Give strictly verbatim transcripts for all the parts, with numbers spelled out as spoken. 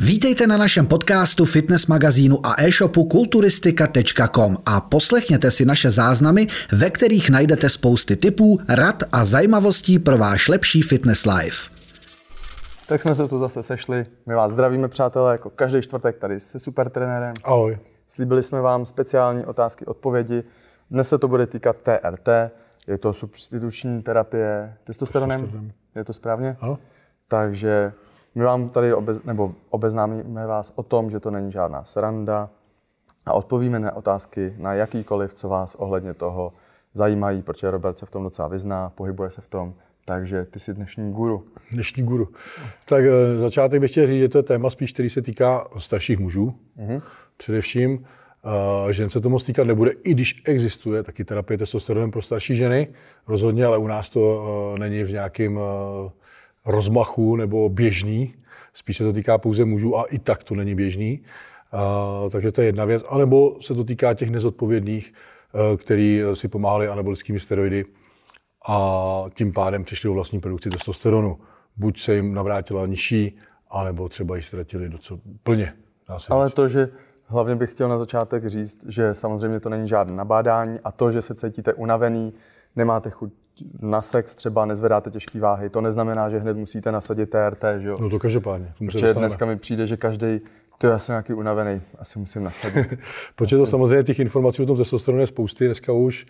Vítejte na našem podcastu, fitness magazínu a e-shopu kulturistika tečka com a poslechněte si naše záznamy, ve kterých najdete spousty tipů, rad a zajímavostí pro váš lepší fitness life. Tak jsme se tu zase sešli. My vás zdravíme, přátelé, jako každý čtvrtek tady se super trenérem. Ahoj. Slíbili jsme vám speciální otázky, odpovědi. Dnes se to bude týkat T R T, je to substituční terapie testosteronem, je to správně? Ano. Takže my vám tady obez, nebo obeznámíme vás o tom, že to není žádná sranda a odpovíme na otázky na jakýkoliv, co vás ohledně toho zajímají, protože Robert se v tom docela vyzná, pohybuje se v tom, takže ty jsi dnešní guru. Dnešní guru. Tak začátek bych chtěl říct, že to je téma spíš, který se týká starších mužů. Mm-hmm. Především, uh, žen se to moc týkat nebude, i když existuje taky terapie testosteronem pro starší ženy, rozhodně, ale u nás to uh, není v nějakém uh, rozmachu nebo běžný, spíš se to týká pouze mužů a i tak to není běžný. Uh, takže to je jedna věc. A nebo se to týká těch nezodpovědných, uh, který si pomáhali anabolickými steroidy a tím pádem přišli o vlastní produkci testosteronu. Buď se jim navrátila nižší, anebo třeba ji ztratili docela plně. Ale to, že hlavně bych chtěl na začátek říct, že samozřejmě to není žádné nabádání a to, že se cítíte unavený, nemáte chuť na sex, třeba nezvedáte těžké váhy, to neznamená, že hned musíte nasadit T R T, že jo? No to každopádně. Protože dneska mi přijde, že každý, to já jsem nějaký unavený, asi musím nasadit. Protože to samozřejmě těch informací o tom testosteronu je spousty, dneska už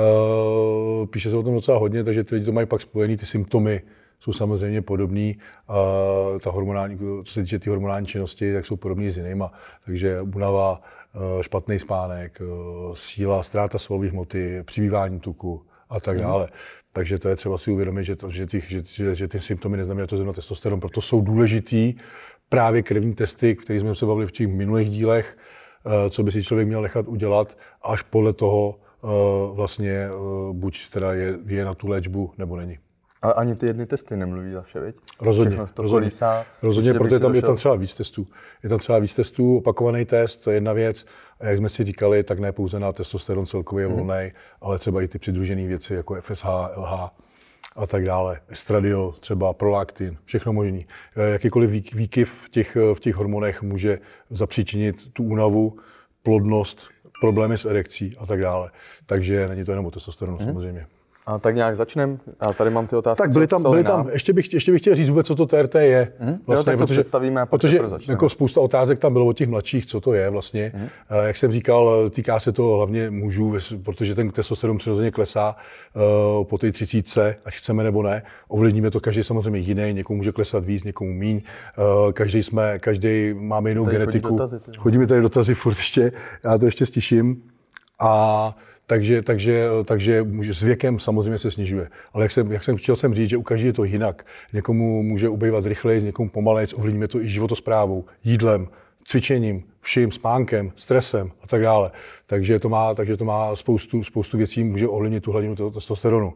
uh, píše se o tom docela hodně, takže ty lidi to mají pak spojený, ty symptomy jsou samozřejmě podobný. Uh, ta hormonální, co se týče té hormonální činnosti, tak jsou podobný s jinýma. Takže únava, uh, špatný spánek, uh, síla, ztráta svalových hmoty, přibývání tuku a tak dále. Mm. Takže to je třeba si uvědomit, že, to, že, ty, že, že, že ty symptomy neznamená to zrovna testosteron, proto jsou důležitý právě krevní testy, které jsme se bavili v těch minulých dílech, uh, co by si člověk měl nechat udělat, až podle toho uh, vlastně uh, buď teda je, je na tu léčbu, nebo není. Ale ani ty jedny testy nemluví za vše, viď? Rozhodně, rozhodně, kolísá, rozhodně protože tam je tam třeba víc testů. Je tam třeba víc testů, opakovaný test, to je jedna věc. A jak jsme si říkali, tak ne pouze na testosteron celkově je volný, hmm. ale třeba i ty přidružené věci, jako F S H, L H a tak dále. Estradiol, třeba prolaktin, všechno možný. Jakýkoliv výkyv v těch, v těch hormonech může zapříčinit tu únavu, plodnost, problémy s erekcí a tak dále. Takže není to jenom o testosteronu hmm. samozřejmě. A tak nějak začneme. Já tady mám ty otázky. Tak byly tam, byly tam ještě, bych, ještě bych chtěl říct vůbec, co to T R T je. Mm. Vlastně, jo, tak to protože, představíme a pak protože začneme. Jako spousta otázek tam bylo od těch mladších, co to je vlastně. Mm. Jak jsem říkal, týká se to hlavně mužů, protože ten testosteron přirozeně klesá uh, po té třicítce, ať chceme nebo ne. Ovlivníme to každý samozřejmě jiný, někomu může klesat víc, někomu míň. Uh, každý jsme, každý máme jinou tady genetiku. Chodí dotazy, Chodíme tady dotazy furt ještě, já to ještě stiším. A Takže, takže, takže s věkem samozřejmě se snižuje. Ale jak jsem, jak jsem chtěl jsem říct, že u každého je to jinak. Někomu může ubývat rychleji, někomu pomalejc, ovlivníme to i životosprávou, jídlem, cvičením, vším, spánkem, stresem a tak dále. Takže to má, takže to má spoustu, spoustu věcí, může ovlivnit tu hladinu testosteronu.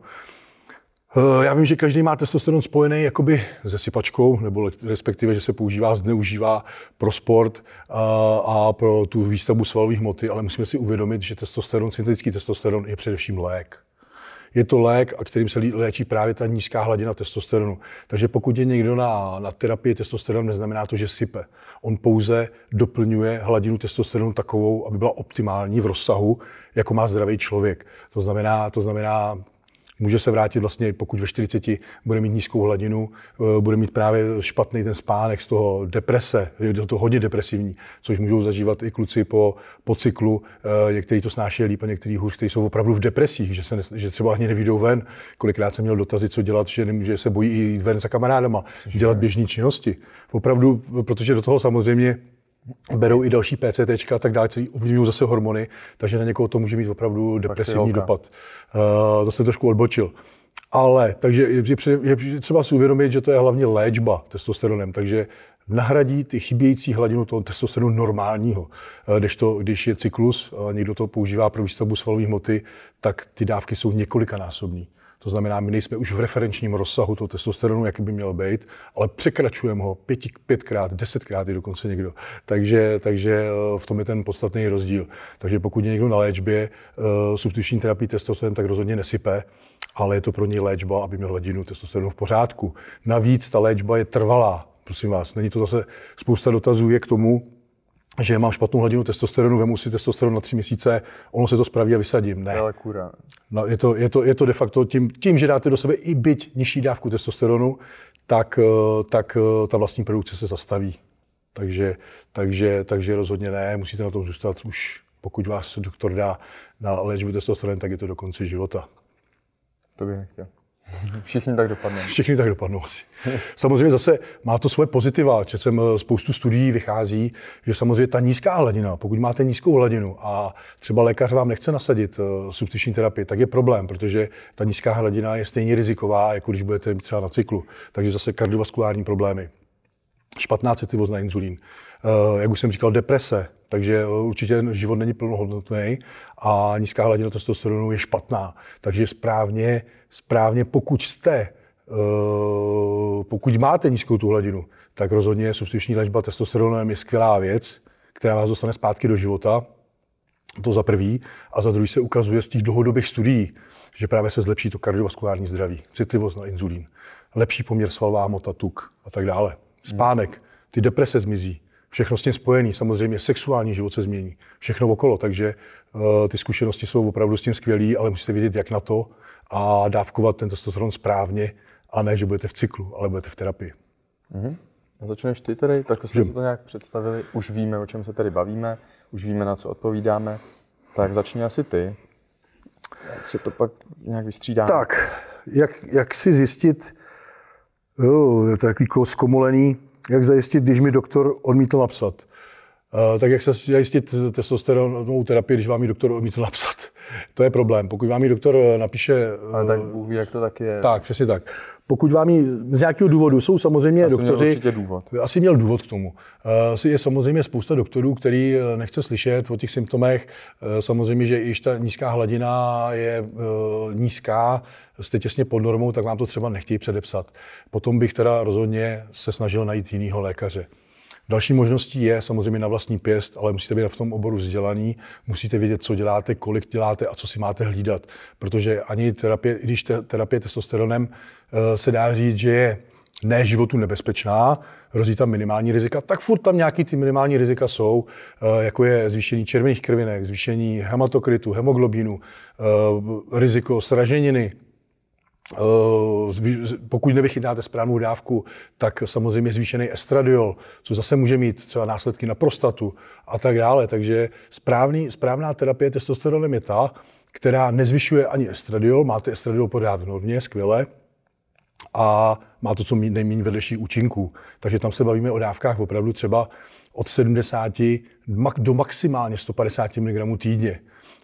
Já vím, že každý má testosteron spojený jakoby se sypačkou, nebo respektive, že se používá, zneužívá pro sport a pro tu výstavbu svalových hmoty, ale musíme si uvědomit, že testosteron, syntetický testosteron je především lék. Je to lék, a kterým se léčí právě ta nízká hladina testosteronu. Takže pokud je někdo na, na terapii testosteronu, neznamená to, že sype. On pouze doplňuje hladinu testosteronu takovou, aby byla optimální v rozsahu, jako má zdravý člověk. To znamená, to znamená může se vrátit vlastně, pokud ve čtyřiceti bude mít nízkou hladinu, bude mít právě špatný ten spánek z toho deprese, je to hodně depresivní, což můžou zažívat i kluci po, po cyklu. Někteří to snáší líp a někteří hůř, kteří jsou opravdu v depresích, že, se ne, že třeba ani nevyjdou ven. Kolikrát jsem měl dotazy, co dělat, že, nemůže, se bojí jít ven za kamarádama, což dělat běžné činnosti. Opravdu, protože do toho samozřejmě berou i další P C Tčka a tak dále, který ovlivňují zase hormony, takže na někoho to může mít opravdu depresivní dopad. Uh, to jsem trošku odbočil. Ale, takže je, je třeba si uvědomit, že to je hlavně léčba testosteronem, takže nahradí ty chybějící hladinu toho testosteronu normálního. Když, to, když je cyklus, někdo to používá pro výstavbu svalové hmoty, tak ty dávky jsou několikanásobný. To znamená, my nejsme už v referenčním rozsahu toho testosteronu, jaký by měl být, ale překračujeme ho pěti, pětkrát, desetkrát i dokonce někdo. Takže, takže v tom je ten podstatný rozdíl. Takže pokud je někdo na léčbě uh, substituční terapii testosteronem, tak rozhodně nesype, ale je to pro něj léčba, aby měl hladinu testosteronu v pořádku. Navíc ta léčba je trvalá. prosím vás. Není to zase, spousta dotazů je k tomu, že mám špatnou hladinu testosteronu, vemu si testosteron na tři měsíce, ono se to spraví a vysadím. Ne. Ale kura. No, je, to, je, to, je to de facto tím, tím, že dáte do sebe i byť nižší dávku testosteronu, tak, tak ta vlastní produkce se zastaví. Takže, takže, takže rozhodně ne, musíte na tom zůstat už, pokud vás doktor dá na léčbu testosteronem, tak je to do konce života. To bych nechtěl. Všichni tak dopadnou. Všichni tak dopadnou asi. Samozřejmě zase má to svoje pozitiva. Četl jsem spoustu studií, vychází, že samozřejmě ta nízká hladina, pokud máte nízkou hladinu a třeba lékař vám nechce nasadit substituční terapii, tak je problém, protože ta nízká hladina je stejně riziková, jako když budete mít třeba na cyklu. Takže zase kardiovaskulární problémy. Špatná citlivost na inzulín. Jak už jsem říkal, deprese, takže určitě život není plnohodnotný a nízká hladina testosteronu je špatná. Takže správně, správně pokud jste, pokud máte nízkou tu hladinu, tak rozhodně substituční léčba testosteronem je skvělá věc, která vás dostane zpátky do života. To za prvý. A za druhý se ukazuje z těch dlouhodobých studií, že právě se zlepší to kardiovaskulární zdraví, citlivost na inzulín, lepší poměr svalová hmota, tuk a tak dále. Spánek, ty deprese zmizí, všechno s tím spojený, samozřejmě sexuální život se změní, všechno okolo, takže uh, ty zkušenosti jsou opravdu s tím skvělý, ale musíte vědět, jak na to a dávkovat ten testosteron správně, a ne, že budete v cyklu, ale budete v terapii. Mm-hmm. A začneš ty tedy, tak jsme si to nějak představili, už víme, o čem se tady bavíme, už víme, na co odpovídáme, tak začni asi ty, jak se to pak nějak vystřídáme. Tak, jak, jak si zjistit, jo, je to takový zkomolený, jak zajistit, když mi doktor odmítl napsat. Uh, tak jak se zajistit testosteronovou terapii, když vám ji doktor odmítl napsat. To je problém. Pokud vám ji doktor napíše... Ale tak Bůh ví, jak to taky je. Tak, přesně tak. Pokud vám ji z nějakého důvodu, jsou samozřejmě asi doktoři... Měl určitě důvod. Asi měl důvod k tomu. Uh, je samozřejmě spousta doktorů, který nechce slyšet o těch symptomech. Uh, samozřejmě, že i ta nízká hladina je uh, nízká, jste těsně pod normou, tak vám to třeba nechtějí předepsat. Potom bych teda rozhodně se snažil najít jinýho lékaře. Další možností je samozřejmě na vlastní pěst, ale musíte být v tom oboru vzdělaný, musíte vědět, co děláte, kolik děláte a co si máte hlídat. Protože ani terapie, i když te, terapie testosteronem se dá říct, že je ne životu nebezpečná, hrozí tam minimální rizika, tak furt tam nějaký ty minimální rizika jsou, jako je zvýšení červených krvinek, zvýšení hematokritu, hemoglobinu, riziko sraženiny. Pokud nevychytáte správnou dávku, tak samozřejmě zvýšený estradiol, co zase může mít třeba následky na prostatu a tak dále. Takže správný, správná terapie testosteronem je ta, která nezvyšuje ani estradiol, máte estradiol pořád v normě, skvěle, a má to co nejméně vedlejších účinků. Takže tam se bavíme o dávkách opravdu třeba od sedmdesáti do maximálně sto padesáti miligramů týdně.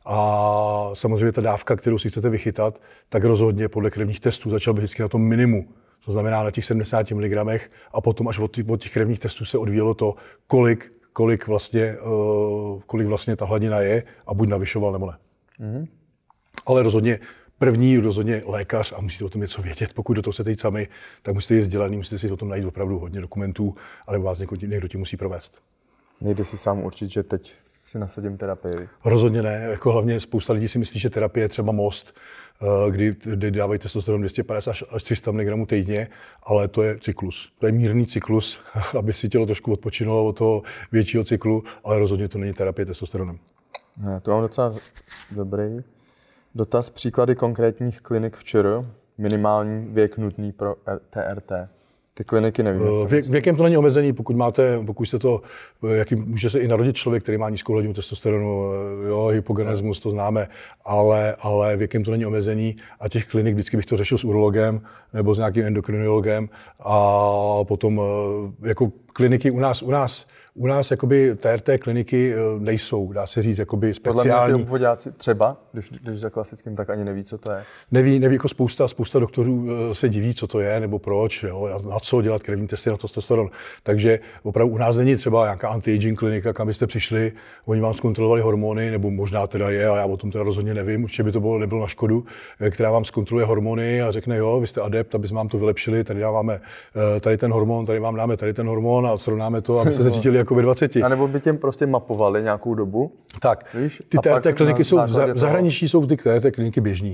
A samozřejmě ta dávka, kterou si chcete vychytat, tak rozhodně podle krevních testů začal bych vždycky na tom minimu. To znamená na těch sedmdesáti miligramech a potom až od těch, od těch krevních testů se odvíjelo to, kolik, kolik, vlastně, uh, kolik vlastně ta hladina je a buď navyšoval nebo ne. Mm-hmm. Ale rozhodně první rozhodně lékař a musíte o tom něco vědět. Pokud do toho chcete jít sami, tak musíte jít vzdělaný, musíte si o tom najít opravdu hodně dokumentů, ale vás někdo, někdo tím musí provést. Nejde si sám určit, že teď si nasadím terapii. Rozhodně ne. Jako hlavně spousta lidí si myslí, že terapie je třeba most, kdy, kdy dávají testosteron dvě stě padesát až tři sta miligramů týdně, ale to je cyklus. To je mírný cyklus, aby si tělo trošku odpočinulo od toho většího cyklu, ale rozhodně to není terapie testosteronem. Ne, to mám docela dobrý dotaz. Příklady konkrétních klinik v ČR, minimální věk nutný pro T R T. Ty kliniky nevím. Věk, věkem to není omezený, pokud máte, pokud jste to, jaký, může se i narodit člověk, který má nízkou hladinu testosteronu, jo, hypogonadismus, to známe, ale, ale věkem to není omezený a těch klinik vždycky bych to řešil s urologem nebo s nějakým endokrinologem a potom jako kliniky u nás, u nás, u nás jakoby T R T kliniky nejsou, dá se říct, jakoby speciální. Podle mě ty obvoďáci třeba, když, když za klasickým, tak ani neví, co to je. Neví, neví jako spousta, spousta doktorů se diví, co to je, nebo proč, jo, na co dělat krevní testy na testosteron. Takže opravdu u nás není třeba nějaká anti-aging klinika, kam byste přišli, oni vám zkontrolovali hormony, nebo možná teda je, ale já o tom teda rozhodně nevím, určitě by to bylo, nebylo na škodu, která vám zkontroluje hormony a řekne, jo, vy jste adept, aby jsme vám to vylepšili, tady dáváme tady ten hormon, tady vám dáme tady ten hormon a srovnáme to, abyste se cítili jako ve dvaceti. A nebo by těm prostě mapovali nějakou dobu. Tak, víš? ty T R T kliniky jsou, v zahraničí jsou ty T R T kliniky běžný.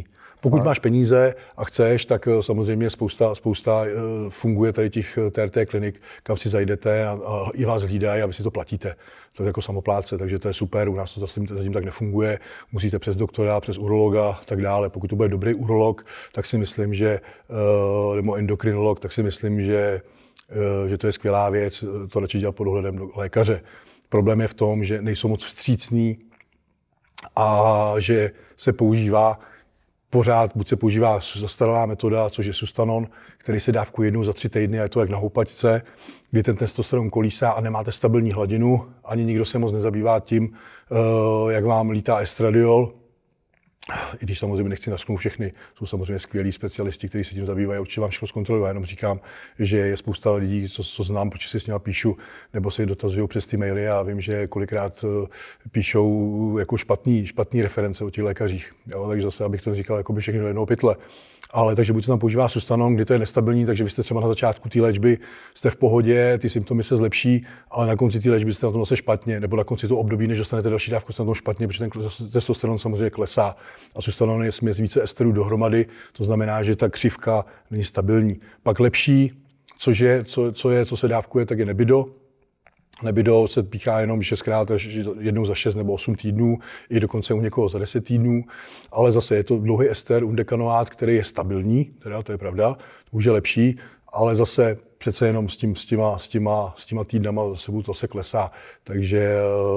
Pokud máš peníze a chceš, tak samozřejmě spousta, spousta funguje tady těch T R T klinik, kam si zajdete a, a i vás hlídají a vy si to platíte. To je jako samoplátce, takže to je super, u nás to zatím, zatím tak nefunguje. Musíte přes doktora, přes urologa a tak dále. Pokud to bude dobrý urolog, tak si myslím, že, nebo endokrinolog, tak si myslím, že, že to je skvělá věc, to radši dělat pod dohledem lékaře. Problém je v tom, že nejsou moc vstřícní a že se používá pořád, buď se používá zastaralá metoda, což je Sustanon, který se dávkuje jednou za tři týdny a je to jak na houpačce, kdy ten testosteron kolísá a nemáte stabilní hladinu, ani nikdo se moc nezabývá tím, jak vám lítá estradiol. I když samozřejmě nechci nařknout všechny, jsou samozřejmě skvělí specialisti, kteří se tím zabývají, určitě vám všechno zkontrolují. Já jenom říkám, že je spousta lidí, co, co znám, protože si s nimi píšu, nebo se dotazují přes ty maily a vím, že kolikrát píšou jako špatný, špatný reference o těch lékařích. Jo, takže zase, abych to říkal, jako by všechny do jednoho pytle. Ale takže buď se tam používá Sustanon, kdy to je nestabilní, takže vy jste třeba na začátku té léčby jste v pohodě, ty symptomy se zlepší, ale na konci té léčby jste na tom zase špatně, nebo na konci toho období, než dostanete další dávku, jste na tom špatně, protože ten testosteron samozřejmě klesá. A Sustanon je směs více esterů dohromady, to znamená, že ta křivka není stabilní. Pak lepší, což je, co, co, je, co se dávkuje, tak je Nebido. Nebido se píchá jenom šestkrát jednou za šest nebo osm týdnů, i dokonce u někoho za deset týdnů, ale zase je to dlouhý ester undekanoát, který je stabilní, teda to je pravda, to už je lepší, ale zase přece jenom s, tím, s, těma, s, těma, s těma týdnama za sebou to se klesá, takže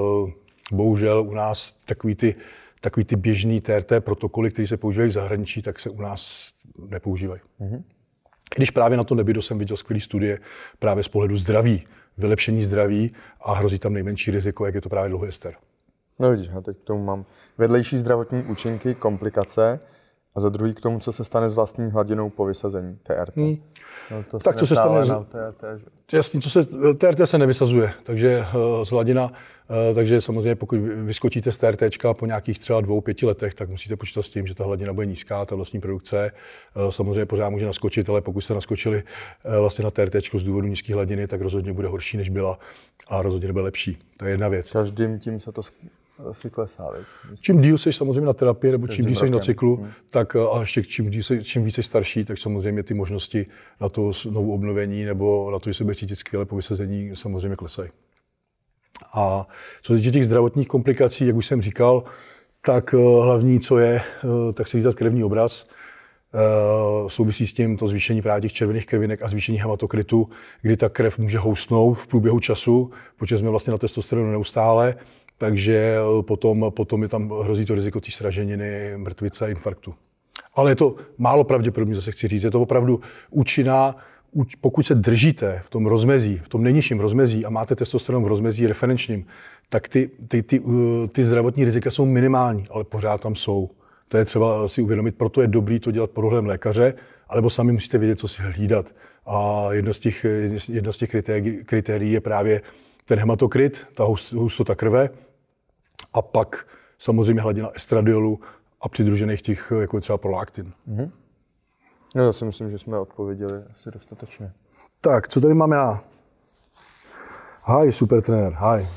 bohužel u nás takový ty, takový ty běžný T R T protokoly, které se používají v zahraničí, tak se u nás nepoužívají. Mm-hmm. Když právě na to Nebido jsem viděl skvělý studie právě z pohledu zdraví, vylepšení zdraví a hrozí tam nejmenší riziko, jak je to právě dlouhý ester. No vidíš, já teď k tomu mám vedlejší zdravotní účinky, komplikace a za druhý k tomu, co se stane s vlastní hladinou po vysazení T R T. Hmm. No, to tak co se stane z... T R T, že? Jasně, co se, T R T se nevysazuje, takže uh, z hladina, uh, takže samozřejmě pokud vyskočíte z TRTčka po nějakých třeba dvou, pěti letech, tak musíte počítat s tím, že ta hladina bude nízká, ta vlastní produkce. Uh, samozřejmě pořád může naskočit, ale pokud jste naskočili uh, vlastně na TRTčko z důvodu nízké hladiny, tak rozhodně bude horší, než byla a rozhodně nebude lepší. To je jedna věc. Každým tím se to asi klesá, veď? Čím díl jsi samozřejmě na terapii, nebo čím díl jsi na cyklu, hmm. tak a ještě čím, díl jsi, čím víc jsi starší, tak samozřejmě ty možnosti na to znovu obnovení nebo na to, že se bude cítit skvěle po vysazení, samozřejmě klesají. A co se týče těch zdravotních komplikací, jak už jsem říkal, tak hlavní, co je, tak se dívat krevní obraz. Souvisí s tím to zvýšení právě těch červených krvinek a zvýšení hematokritu, kdy ta krev může houstnout v průběhu času, protože jsme vlastně na testosteronu neustále. Takže potom, potom je tam hrozí to riziko té sraženiny, mrtvice a infarktu. Ale je to málo pravděpodobně, zase chci říct, je to opravdu účinná, pokud se držíte v tom rozmezí, v tom nejnižším rozmezí a máte testosteron v rozmezí referenčním, tak ty, ty, ty, ty zdravotní rizika jsou minimální, ale pořád tam jsou. To je třeba si uvědomit, proto je dobré to dělat pod dohledem lékaře, alebo sami musíte vědět, co si hlídat. A jedno z těch, jedno z těch kritérií, kritérií je právě ten hematokrit, ta hustota krve, a pak samozřejmě hladina estradiolu a přidružených těch, jako je třeba prolaktin. Mm-hmm. No já si myslím, že jsme odpověděli asi dostatečně. Tak, co tady mám já? Hi, super trenér, hi.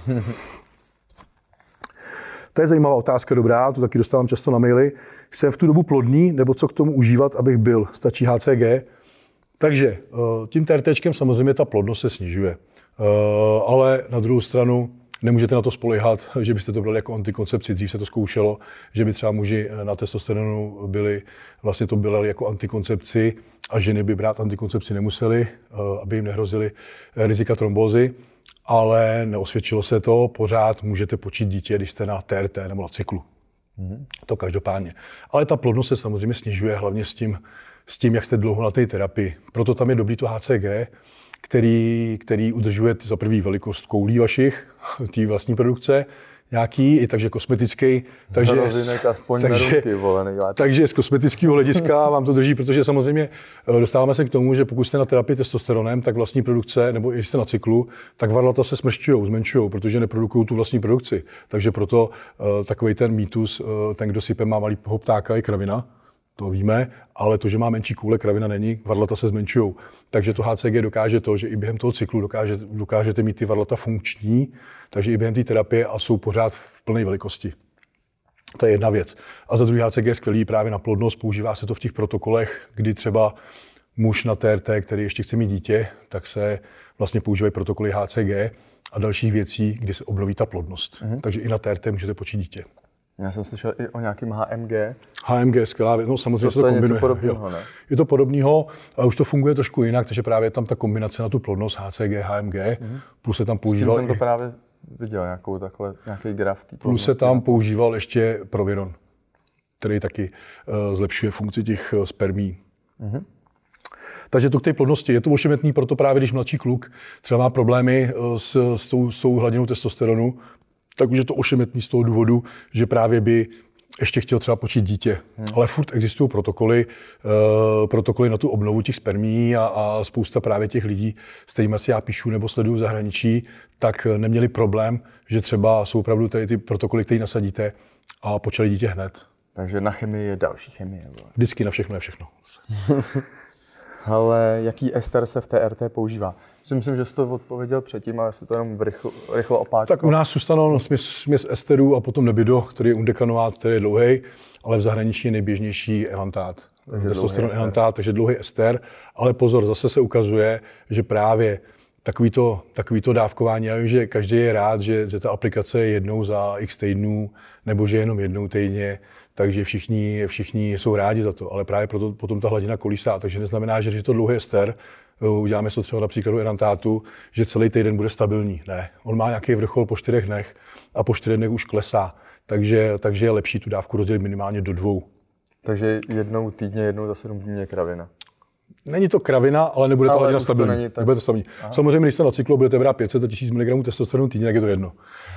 To je zajímavá otázka, dobrá, to taky dostávám často na maily. Jsem v tu dobu plodný, nebo co k tomu užívat, abych byl? Stačí H C G? Takže tím TRTčkem samozřejmě ta plodnost se snižuje. Ale na druhou stranu nemůžete na to spoléhat, že byste to brali jako antikoncepci. Dřív se to zkoušelo, že by třeba muži na testosteronu byli, vlastně to brali jako antikoncepci a ženy by brát antikoncepci nemuseli, aby jim nehrozily rizika trombózy, ale neosvědčilo se to, pořád můžete počít dítě, když jste na T R T nebo na cyklu. Mm-hmm. To každopádně. Ale ta plodnost se samozřejmě snižuje hlavně s tím, s tím, jak jste dlouho na té terapii. Proto tam je dobrý to H C G, který, který udržuje za první velikost koulí vašich, té vlastní produkce, nějaký, i takže kosmetický. Takže, aspoň takže, ruky, vole, takže z kosmetického hlediska vám to drží, protože samozřejmě dostáváme se k tomu, že pokud jste na terapii testosteronem, tak vlastní produkce, nebo když jste na cyklu, tak varlata se smršťujou, zmenšujou, protože neprodukují tu vlastní produkci. Takže proto uh, takovej ten mýtus, uh, ten, kdo sype, má malýho ptáka, je kravina. To víme, ale to, že má menší koule, kravina není, varlata se zmenšují. Takže to H C G dokáže to, že i během toho cyklu dokáže, dokážete mít ty varlata funkční, takže i během té terapie a jsou pořád v plné velikosti. To je jedna věc. A za druhý H C G je skvělý právě na plodnost, používá se to v těch protokolech, kdy třeba muž na T R T, který ještě chce mít dítě, tak se vlastně používají protokoly H C G a dalších věcí, kdy se obnoví ta plodnost. Mm-hmm. Takže i na T R T můžete počít dítě. Já jsem slyšel i o nějakém H M G. H M G je skvělá věc, no samozřejmě to se to je kombinuje. Něco podobného, ne? Je to podobného, ale už to funguje trošku jinak, takže právě je tam ta kombinace na tu plodnost H C G, H M G, mm-hmm. plus se tam používal... S tím jsem to právě viděl, nějakou takhle, nějaký graf. Plus se tam používal ještě Proviron, který taky uh, zlepšuje funkci těch uh, spermí. Mm-hmm. Takže to k té plodnosti. Je to ošemetný, proto právě když mladší kluk třeba má problémy s, s, tou, s tou hladinou testosteronu, tak už je to ošemetný z toho důvodu, že právě by ještě chtěl třeba počít dítě. Hmm. Ale furt existují protokoly, uh, protokoly na tu obnovu těch spermií a, a spousta právě těch lidí, s kterými si já píšu nebo sleduju v zahraničí, tak neměli problém, že třeba jsou opravdu tady ty protokoly, které nasadíte a počali dítě hned. Takže na chemii je další chemie. Bo. Vždycky na všechno je všechno. Ale jaký ester se v T R T používá? Myslím, že jsi to odpověděl předtím, ale si to jenom rychle, rychle opáčko. Tak u nás zůstanou směs, směs esterů a potom nebido, který je undekanoát, který je dlouhý, ale v zahraničí je nejběžnější elantát. Testosteron elantát, takže dlouhý ester. Ale pozor, zase se ukazuje, že právě takovýto, takovýto dávkování, já vím, že každý je rád, že, že ta aplikace je jednou za x týdnů, nebo že jenom jednou týdně, takže všichni, všichni jsou rádi za to, ale právě proto potom ta hladina kolísá, takže neznamená, že když je to dlouhý ester, uděláme to třeba na příkladu erantátu, že celý týden bude stabilní. Ne, on má nějaký vrchol po čtyřech dnech a po čtyřech dnech už klesá, takže, takže je lepší tu dávku rozdělit minimálně do dvou. Takže jednou týdně, jednou za sedm dní je kravina. Není to kravina, ale nebude ta hladina stabilní. To tak... Nebude to stabilní. Samozřejmě, když jste na cyklu budete brát pět set a tisíc miligramů testosteronu týdně, tak je to jedno.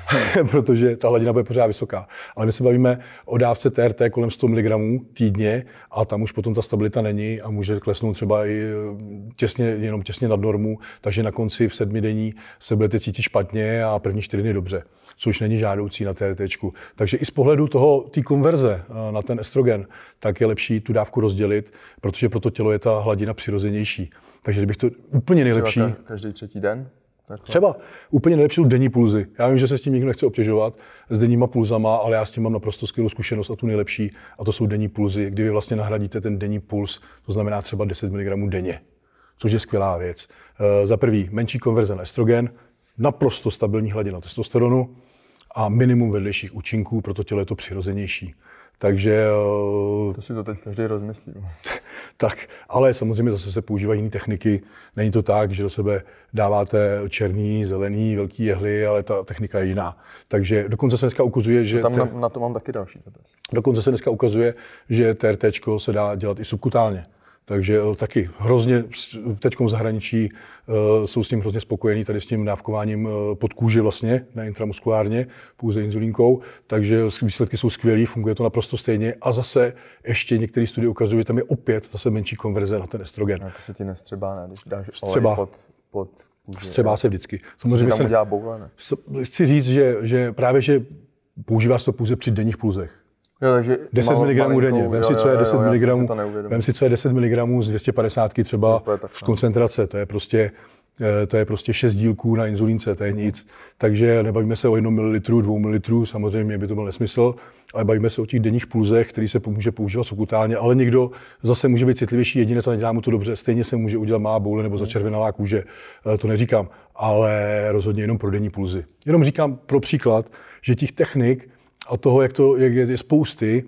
Protože ta hladina bude pořád vysoká. Ale my se bavíme o dávce T R T kolem sto miligramů týdně a tam už potom ta stabilita není a může klesnout třeba i těsně, jenom těsně nad normu, takže na konci v sedmidenní se budete cítit špatně a první čtyři dny dobře, což není žádoucí na T R Tčku. Takže i z pohledu toho té konverze na ten estrogen, tak je lepší tu dávku rozdělit, protože pro to tělo je ta hladina přirozenější. Takže kdybych to úplně nejlepší... Třeba každý třetí den? Takhle. Třeba úplně nejlepší jsou denní pulzy. Já vím, že se s tím nikdo nechce obtěžovat s denníma pulzama, ale já s tím mám naprosto skvělou zkušenost a tu nejlepší. A to jsou denní pulzy, kdy vy vlastně nahradíte ten denní puls, to znamená třeba deset miligramů denně, což je skvělá věc. E, za prvý, menší konverze na estrogen, naprosto stabilní hladina testosteronu a minimum vedlejších účinků, proto tělo je to přirozenější. Takže... To si to teď každý rozmyslí. Tak, ale samozřejmě zase se používají jiné techniky. Není to tak, že do sebe dáváte černý, zelený, velký jehly, ale ta technika je jiná. Takže dokonce se dneska ukazuje, že... Tam na, na to mám taky další dotaz. Dokonce se dneska ukazuje, že T R Tčko se dá dělat i subkutálně. Takže taky hrozně teď v zahraničí uh, jsou s tím hrozně spokojení, tady s tím dávkováním uh, pod kůži vlastně, ne intramuskulárně, pouze inzulínkou, takže výsledky jsou skvělý, funguje to naprosto stejně a zase ještě některé studie ukazují, že tam je opět zase menší konverze na ten estrogen. A to se ti nestřebá, ne? Když dáš Střeba. olej pod, pod kůži. Střebá se vždycky. Samozřejmě tam se udělá boule, ne? Chci říct, že, že právě, že používá se to pouze při denních pulzech. Jo, takže deset miligramů denně. Vem si, co je deset miligramů. Vem si, co je deset miligramů z dvě stě padesát třeba v koncentrace. To je prostě, to je prostě šest dílků na inzulínce, to je nic. Takže nebavíme se o jednom mililitru, dvou mililitrů, samozřejmě by to byl nesmysl, ale bavíme se o těch denních pulzech, který se může používat subkutálně, ale někdo zase může být citlivější jedinec a nedělá mu to dobře. Stejně se může udělat má boule nebo začervenalá kůže, to neříkám, ale rozhodně jenom pro denní pulzy. Jenom říkám pro příklad, že těch technik a toho, jak to jak je, je spousty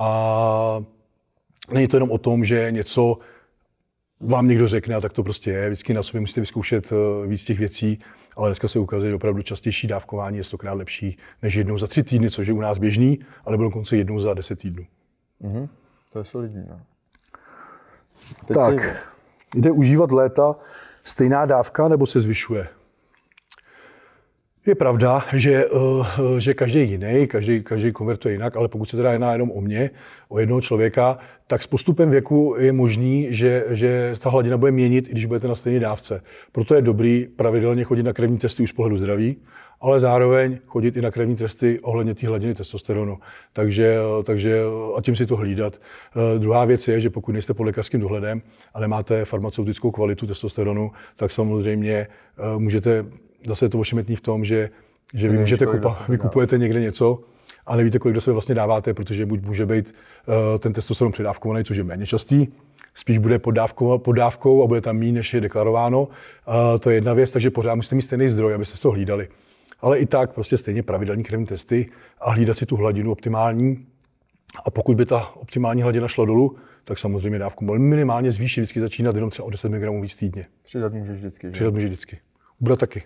a není to jenom o tom, že něco vám někdo řekne a tak to prostě je. Vždycky na sobě musíte vyzkoušet víc těch věcí, ale dneska se ukazuje, že opravdu častější dávkování je stokrát lepší než jednou za tři týdny, což je u nás běžný, ale bylo dokonce jednou za deset týdnů. Mm-hmm. To je solidní. No. Tak, jde užívat léta stejná dávka nebo se zvyšuje? Je pravda, že, že každý je jiný, každý, každý konvertuje jinak, ale pokud se teda jedná jenom o mě, o jednoho člověka, tak s postupem věku je možný, že, že ta hladina bude měnit, i když budete na stejné dávce. Proto je dobrý pravidelně chodit na krevní testy už z pohledu zdraví, ale zároveň chodit i na krevní testy ohledně té hladiny testosteronu. Takže, takže a tím si to hlídat. Druhá věc je, že pokud nejste pod lékařským dohledem a nemáte farmaceutickou kvalitu testosteronu, tak samozřejmě můžete, zase je to ošemetný v tom, že, že vy, můžete kupa, vy kupujete někde něco a nevíte, kolik do sebe vlastně dáváte, protože buď může být uh, ten testosteron předávkovaný, což je méně častý, spíš bude pod dávkou, pod dávkou a bude tam méně, než je deklarováno. Uh, to je jedna věc, takže pořád musíte mít stejný zdroj, abyste to hlídali. Ale i tak prostě stejně pravidelní krevní testy a hlídat si tu hladinu optimální. A pokud by ta optimální hladina šla dolů, tak samozřejmě dávku mohl minimálně zvýšit, vždycky začínat jenom třeba o deset miligramů víc týdně. Přidat můžeš vždycky, že? Přidat můžeš vždycky. Ubrat taky.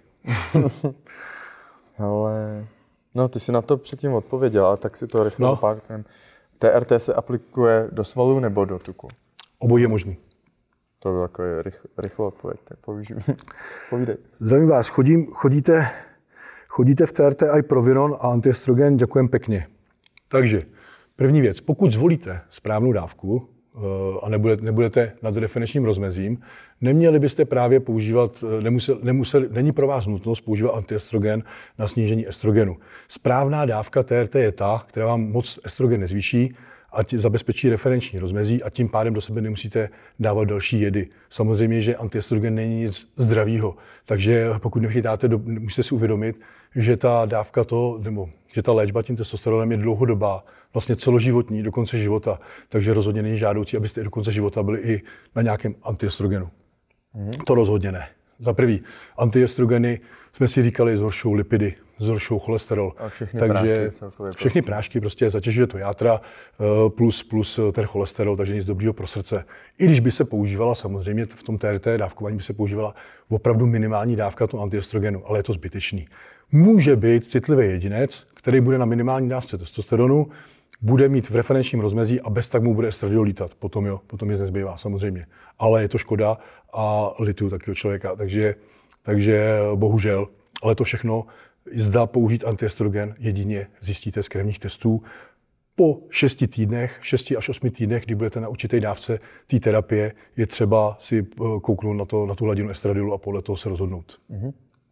Ale no, ty jsi na to předtím odpověděl, ale tak si to rychle no. zopakujeme. T R T se aplikuje do svalů nebo do tuku? Obojí je možný. To bylo takový rychl, rychlou odpověď, tak povídej. Zdravím vás, Chodím, chodíte, chodíte v T R T i Proviron a antiestrogen, děkujem pěkně. Takže první věc, pokud zvolíte správnou dávku a nebudete, nebudete nad referenčním rozmezím, neměli byste právě používat, nemusel, nemusel, není pro vás nutnost používat antiestrogen na snížení estrogenu. Správná dávka T R T je ta, která vám moc estrogen nezvýší a zabezpečí referenční rozmezí a tím pádem do sebe nemusíte dávat další jedy. Samozřejmě, že antiestrogen není nic zdravýho, takže pokud nechytáte, musíte si uvědomit, že ta dávka to, nebo že ta léčba tím testosteronem je dlouhodobá, vlastně celoživotní, do konce života, takže rozhodně není žádoucí, abyste i do konce života byli i na nějakém antiestrogenu. Hmm. To rozhodně ne. Za prvý, antiestrogeny jsme si říkali, zhoršují lipidy, zhoršují cholesterol. A všechny takže prášky celkově. Všechny prostě. prášky prostě zatěžuje to játra plus, plus ten cholesterol, takže nic dobrýho pro srdce. I když by se používala samozřejmě v tom T R T dávkování by se používala opravdu minimální dávka toho antiestrogenu, ale je to zbytečný. Může být citlivý jedinec, který bude na minimální dávce testosteronu, bude mít v referenčním rozmezí a bez tak mu bude estradiol lítat. Potom jo, potom nic nezbývá samozřejmě. Ale je to škoda a lituju takového člověka, takže, takže bohužel. Ale to všechno, zda použít antiestrogen, jedině zjistíte z krevních testů. Po šesti týdnech, šesti až osmi týdnech, kdy budete na určité dávce té terapie, je třeba si kouknout na, to, na tu hladinu estradiolu a podle toho se rozhodnout. Mm-hmm.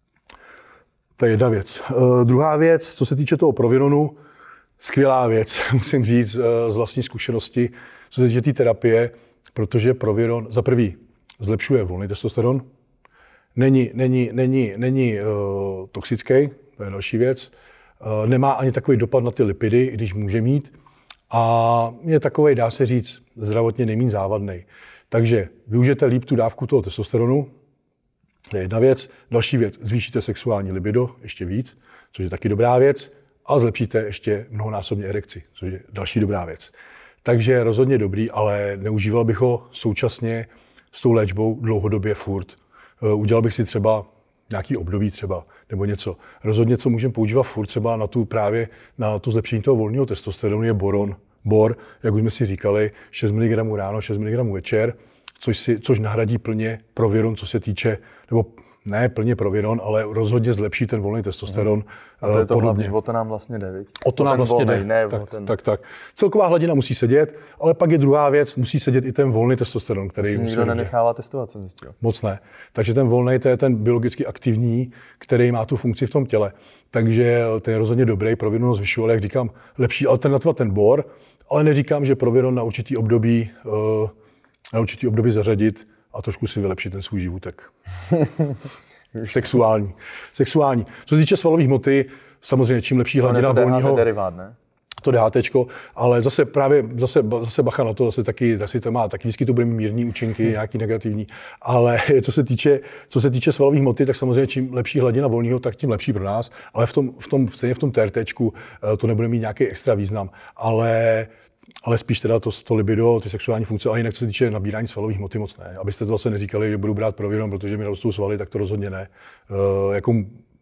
To je jedna věc. Uh, druhá věc, co se týče toho Provironu, skvělá věc, musím říct uh, z vlastní zkušenosti, co se týče té terapie, protože Proviron za prvý zlepšuje volný testosteron, není, není, není, není uh, toxický, to je další věc, uh, nemá ani takový dopad na ty lipidy, i když může mít, a je takový, dá se říct, zdravotně nejméně závadný. Takže využijete líp tu dávku toho testosteronu, to je jedna věc. Další věc, zvýšíte sexuální libido ještě víc, což je taky dobrá věc, a zlepšíte ještě mnohonásobně erekci, což je další dobrá věc. Takže rozhodně dobrý, ale neužíval bych ho současně s tou léčbou dlouhodobě furt. Udělal bych si třeba nějaký období třeba, nebo něco. Rozhodně, co můžeme používat furt třeba na tu právě na to zlepšení toho volného testosteronu je boron. Bor, jak už jsme si říkali, šest miligramů ráno, šest miligramů večer, což, si, což nahradí plně Proviron, co se týče, nebo ne plně Proviron, ale rozhodně zlepší ten volný testosteron. A to je to hlavní, o to nám vlastně jde, viď? O to nám vlastně volnej, jde, ne, tak, ten... tak, tak. Celková hladina musí sedět, ale pak je druhá věc, musí sedět i ten volný testosteron, který... Si nikdo nenechává testovat, jsem zjistil. Moc ne. Takže ten volný, to je ten biologicky aktivní, který má tu funkci v tom těle. Takže ten je rozhodně dobrý, Proviron ho zvyšuje, ale jak říkám, lepší alternativa ten bor, ale neříkám, že Proviron na určitý období, na určitý období zařadit a trošku si vylepšit ten svůj životek. Sexuální. Sexuální. Co se týče svalových hmoty, samozřejmě čím lepší hladina volného... derivát, ne? To DHTčko, ale zase právě, zase, zase bacha na to, zase taky, zase to má, taky vždycky to bude mít mírný účinky, nějaký negativní, ale co se týče, co se týče svalových hmoty, tak samozřejmě čím lepší hladina volného, tak tím lepší pro nás, ale v tom, v tom, stejně v tom TRTčku to nebude mít nějaký extra význam, ale ale spíš teda to, to libido, ty sexuální funkce, ale jinak co se týče nabírání svalových hmoty moc ne. Abyste to zase neříkali, že budu brát Proviron, protože mi rostou svaly, tak to rozhodně ne. E, jako,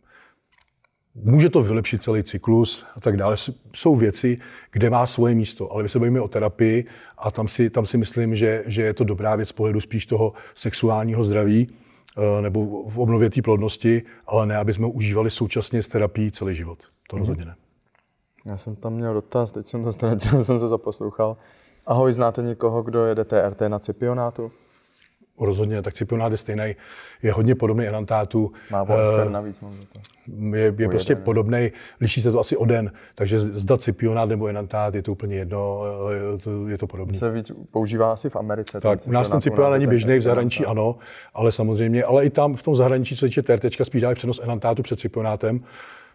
může to vylepšit celý cyklus a tak dále. Jsou věci, kde má svoje místo, ale my se bavíme o terapii a tam si, tam si myslím, že, že je to dobrá věc z pohledu spíš toho sexuálního zdraví e, nebo v obnově té plodnosti, ale ne, aby jsme užívali současně s terapií celý život. To mm-hmm. rozhodně ne. Já jsem tam měl dotaz, teď jsem to ztratil, jsem se zaposlouchal. Ahoj, znáte někoho, kdo jede T R T na Cipionátu? Rozhodně, tak Cipionát je stejný, je hodně podobný enantátu. Má Western navíc, mám to. Je, je prostě podobný, liší se to asi o den, takže zda Cipionát nebo enantát je to úplně jedno, je to, je to podobné. Se víc používá asi v Americe. Tak, u nás ten Cipionát není běžný, v zahraničí ano, ale samozřejmě, ale i tam v tom zahraničí, co se týče TRTčka, spíš dále přenos enantátu před Cipionátem.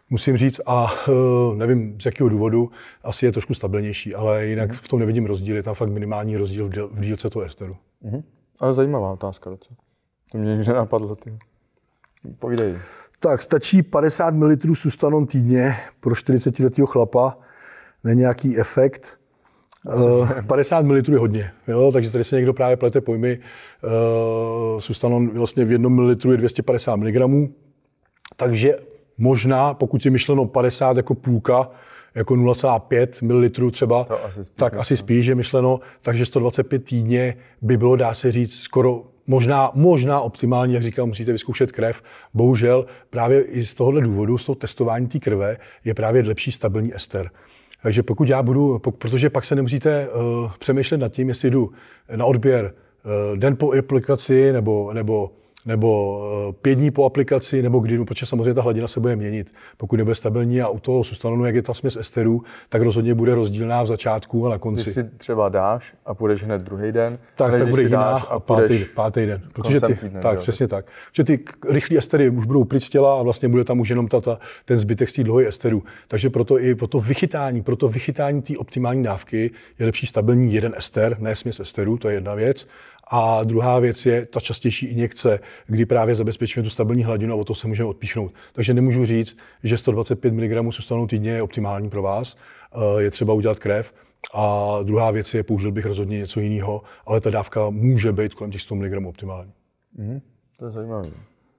musím říct, a nevím z jakého důvodu, asi je trošku stabilnější, ale jinak mm. v tom nevidím rozdíl, je tam fakt minimální rozdíl v, díl, v dílce toho esteru. Mm. Ale zajímavá otázka docela. To mě nikdy napadlo. Ty. Povídej. Tak stačí padesát mililitrů Sustanon týdně pro čtyřicetiletého chlapa, není nějaký efekt. Uh, padesát mililitrů je hodně, jo? Takže tady se někdo právě plete pojmy. Uh, Sustanon vlastně v jednom mililitru je dvě stě padesát miligramů, takže možná, pokud je myšleno padesát jako půlka, jako nula celá pět mililitrů třeba, asi spíš, tak ne? asi spíš je myšleno, takže sto dvacet pět týdně by bylo, dá se říct, skoro možná, možná optimální, jak říkám, musíte vyzkoušet krev. Bohužel právě i z tohohle důvodu, z toho testování té krve, je právě lepší stabilní ester. Takže pokud já budu, protože pak se nemusíte uh, přemýšlet nad tím, jestli jdu na odběr uh, den po aplikaci nebo, nebo, nebo uh, pět dní po aplikaci, nebo kdy jdu, protože samozřejmě ta hladina se bude měnit. Pokud nebude stabilní a u toho Sustanonu, jak je ta směs esterů, tak rozhodně bude rozdílná v začátku a na konci. Když si třeba dáš a půjdeš hned druhý den, tak, tak bude jiná a pátý, pátý den. Protože ty, týdne, tak, přesně tak. Protože ty rychlé estery už budou pryč z těla a vlastně bude tam už jenom ta, ta, ten zbytek z té dlouhé esteru. Takže proto i pro to vychytání, pro to vychytání té optimální dávky je lepší stabilní jeden ester, ne směs esterů, to je jedna věc. A druhá věc je ta častější injekce, kdy právě zabezpečíme tu stabilní hladinu a o to se můžeme odpíchnout. Takže nemůžu říct, že sto dvacet pět miligramů Sustanonu týdně je optimální pro vás. Je třeba udělat krev. A druhá věc je, použil bych rozhodně něco jiného, ale ta dávka může být kolem těch sto miligramů optimální. Mm, to je zajímavé.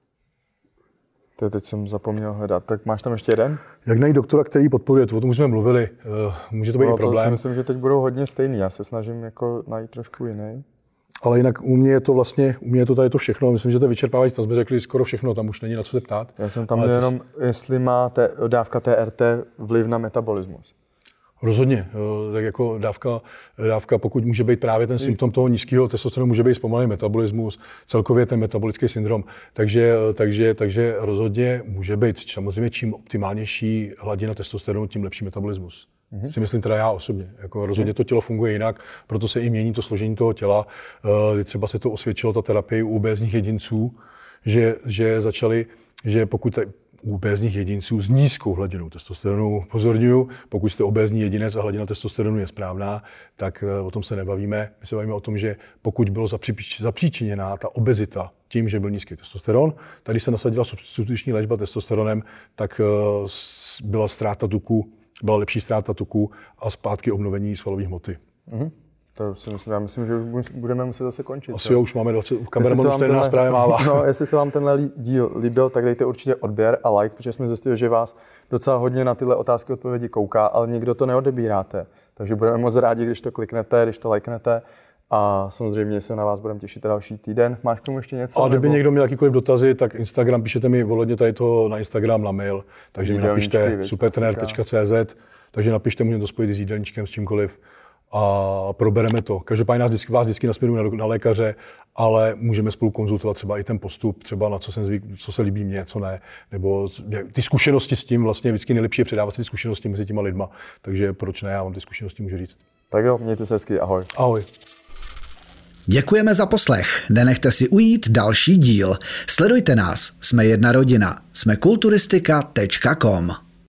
To teď jsem zapomněl hledat. Tak máš tam ještě jeden? Jak najít doktora, který podporuje, o tom už jsme mluvili. Může to být no, i problém. To si myslím, že teď budou hodně stejný. Já se snažím jako najít trošku jiný. Ale jinak u mě je to vlastně, u mě je to tady to všechno. Myslím, že to vyčerpávající, tam jsme řekli skoro všechno, tam už není na co se ptát. Já jsem tam jenom, to... jestli má té, dávka T R T vliv na metabolismus. Rozhodně, tak jako dávka, dávka, pokud může být právě ten symptom toho nízkého testosteronu, může být zpomalený metabolismus, celkově ten metabolický syndrom. Takže, takže, takže rozhodně může být, samozřejmě čím optimálnější hladina testosteronu, tím lepší metabolismus. Mm-hmm. Si myslím teda já osobně. Jako rozhodně to tělo funguje jinak, proto se i mění to složení toho těla. Třeba se to osvědčilo, ta terapie u obézních jedinců, že, že začali, že pokud u obézních jedinců s nízkou hladinou testosteronu, pozorňuju, pokud jste obézní jedinec a hladina testosteronu je správná, tak o tom se nebavíme. My se bavíme o tom, že pokud bylo zapříčiněná ta obezita tím, že byl nízký testosteron, tady se nasadila substituční léčba testosteronem, tak byla ztráta tuku, byla lepší ztráta tuku a zpátky obnovení svalové hmoty. Mm-hmm. To si myslím, já myslím, že už budeme muset zase končit. Asi jo, už máme dvacet, kameraman už tady nás právě mává. No, jestli se vám tenhle díl líbil, tak dejte určitě odběr a like, protože jsme zjistili, že vás docela hodně na tyhle otázky odpovědi kouká, ale nikdo to neodebíráte. Takže budeme moc rádi, když to kliknete, když to lajknete. A samozřejmě se na vás budeme těšit další týden. Máš k tomu ještě něco? A kdyby nebo... někdo měl jakýkoliv dotazy, tak Instagram, píšete mi volodně tady to na Instagram, na mail, takže mi napište supertrenér tečka cé zet, takže napište, můžeme to spojit s jídelníčkem, s čímkoliv a probereme to. Každopádně nás vždycky, vás vždycky nasměruju na, na lékaře, ale můžeme spolu konzultovat třeba i ten postup, třeba na co jsem zvyk, co se líbí mně, co ne, nebo ty zkušenosti s tím, vlastně vždycky nejlepší je předávat si ty zkušenosti mezi těma lidma, takže proč ne, já vám ty zkušenosti můžu říct. Tak jo, mějte se hezky, ahoj. Ahoj. Děkujeme za poslech. Nenechte si ujít další díl. Sledujte nás. Jsme jedna rodina. Jsme kulturistika tečka com.